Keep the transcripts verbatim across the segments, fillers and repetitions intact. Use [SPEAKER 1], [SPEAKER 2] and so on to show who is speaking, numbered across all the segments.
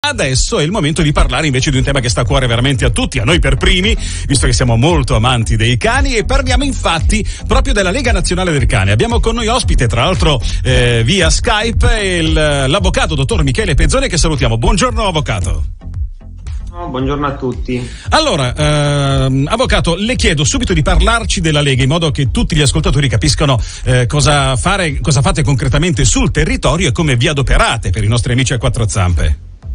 [SPEAKER 1] Adesso è il momento di parlare invece di un tema che sta a cuore veramente a tutti, a noi per primi, visto che siamo molto amanti dei cani, e parliamo infatti proprio della Lega Nazionale del Cane. Abbiamo con noi ospite, tra l'altro eh, via Skype, il, l'avvocato dottor Michele Pezzone, che salutiamo. Buongiorno avvocato.
[SPEAKER 2] Oh, buongiorno a tutti.
[SPEAKER 1] Allora, ehm, avvocato, le chiedo subito di parlarci della Lega in modo che tutti gli ascoltatori capiscano eh, cosa fare, cosa fate concretamente sul territorio e come vi adoperate per i nostri amici a quattro zampe.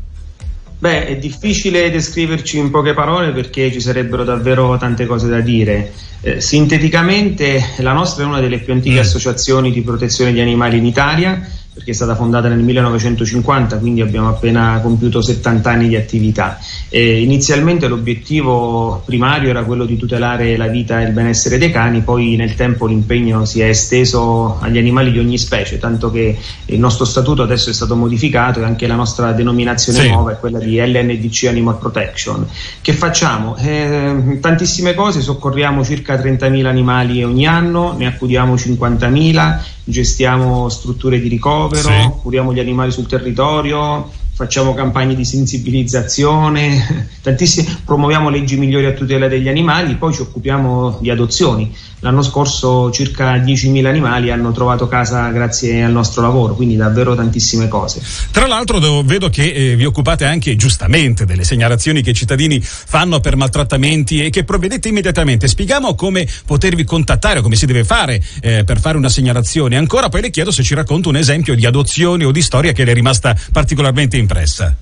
[SPEAKER 2] Beh, è difficile descriverci in poche parole perché ci sarebbero davvero tante cose da dire. Eh, sinteticamente, la nostra è una delle più antiche mm. associazioni di protezione di animali in Italia, perché è stata fondata nel millenovecentocinquanta, quindi abbiamo appena compiuto settanta anni di attività. Eh, inizialmente l'obiettivo primario era quello di tutelare la vita e il benessere dei cani, poi nel tempo l'impegno si è esteso agli animali di ogni specie, tanto che il nostro statuto adesso è stato modificato e anche la nostra denominazione sì. nuova è quella di L N D C Animal Protection. Che facciamo? Eh, tantissime cose, soccorriamo circa trentamila animali ogni anno, ne accudiamo cinquantamila, gestiamo strutture di ricovero, sì. curiamo gli animali sul territorio, facciamo campagne di sensibilizzazione, tantissime, promuoviamo leggi migliori a tutela degli animali, poi ci occupiamo di adozioni. L'anno scorso circa diecimila animali hanno trovato casa grazie al nostro lavoro, quindi davvero tantissime cose.
[SPEAKER 1] Tra l'altro devo, vedo che eh, vi occupate anche giustamente delle segnalazioni che i cittadini fanno per maltrattamenti e che provvedete immediatamente. Spieghiamo come potervi contattare o come si deve fare eh, per fare una segnalazione. Ancora poi le chiedo se ci racconta un esempio di adozione o di storia che le è rimasta particolarmente impressa.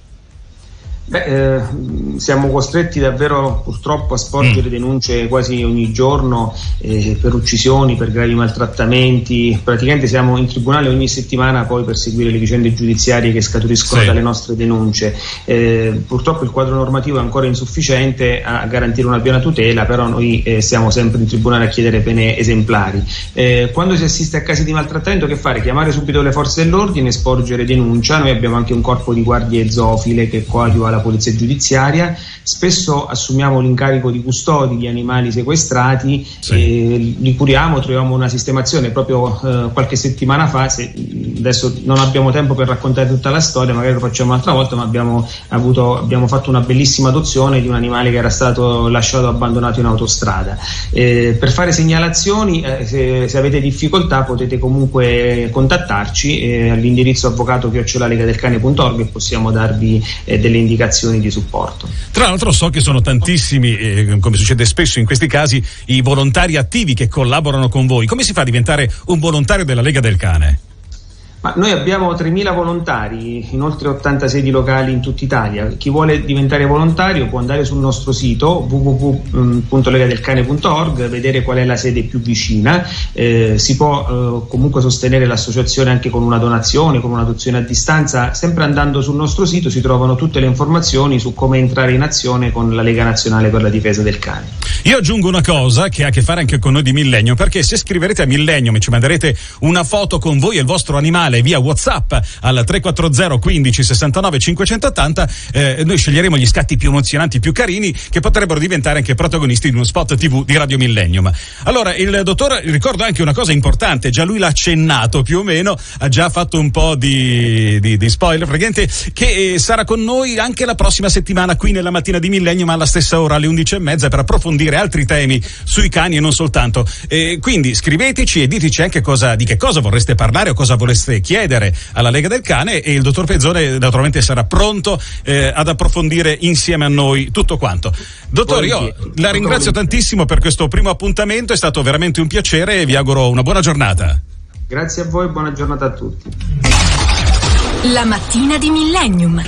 [SPEAKER 2] Beh, eh, siamo costretti davvero purtroppo a sporgere mm. denunce quasi ogni giorno eh, per uccisioni, per gravi maltrattamenti. Praticamente siamo in tribunale ogni settimana poi per seguire le vicende giudiziarie che scaturiscono sì. dalle nostre denunce. Eh, purtroppo il quadro normativo è ancora insufficiente a garantire una piena tutela, però noi eh, siamo sempre in tribunale a chiedere pene esemplari. Eh, quando si assiste a casi di maltrattamento, che fare? Chiamare subito le forze dell'ordine e sporgere denuncia. Noi abbiamo anche un corpo di guardie zoofile che coadiuva la polizia giudiziaria. Spesso assumiamo l'incarico di custodi di animali sequestrati, sì. e li curiamo, troviamo una sistemazione. Proprio eh, qualche settimana fa, se, adesso non abbiamo tempo per raccontare tutta la storia, magari lo facciamo un'altra volta, ma abbiamo, avuto, abbiamo fatto una bellissima adozione di un animale che era stato lasciato abbandonato in autostrada. Eh, per fare segnalazioni, eh, se, se avete difficoltà potete comunque contattarci eh, all'indirizzo avvocato chiocciola legadelcane punto org e possiamo darvi eh, delle indicazioni di supporto.
[SPEAKER 1] Tra l'altro so che sono tantissimi, eh, come succede spesso in questi casi, i volontari attivi che collaborano con voi. Come si fa a diventare un volontario della Lega del Cane?
[SPEAKER 2] Ma noi abbiamo tremila volontari in oltre ottanta sedi locali in tutta Italia. Chi vuole diventare volontario può andare sul nostro sito w w w punto legadelcane punto org, vedere qual è la sede più vicina. Eh, si può eh, comunque sostenere l'associazione anche con una donazione, con un'adozione a distanza. Sempre andando sul nostro sito si trovano tutte le informazioni su come entrare in azione con la Lega Nazionale per la Difesa del Cane.
[SPEAKER 1] Io aggiungo una cosa che ha a che fare anche con noi di Millennium, perché se scriverete a Millennium e ci manderete una foto con voi e il vostro animale via WhatsApp al tre quattro zero quindici sessantanove cinquecentottanta, eh, noi sceglieremo gli scatti più emozionanti, più carini, che potrebbero diventare anche protagonisti di uno spot tivù di Radio Millennium. Allora, il dottor, ricordo anche una cosa importante, già lui l'ha accennato più o meno, ha già fatto un po' di, di, di spoiler, praticamente, che eh, sarà con noi anche la prossima settimana qui nella mattina di Millennium alla stessa ora, alle undici e mezza, per approfondire altri temi sui cani e non soltanto. Eh, quindi scriveteci e diteci anche cosa, di che cosa vorreste parlare o cosa vorreste chiedere alla Lega del Cane, e il dottor Pezzone naturalmente sarà pronto eh, ad approfondire insieme a noi tutto quanto. Dottore, io la ringrazio tantissimo per questo primo appuntamento, è stato veramente un piacere e vi auguro una buona giornata.
[SPEAKER 2] Grazie a voi e buona giornata a tutti.
[SPEAKER 3] La mattina di Millennium.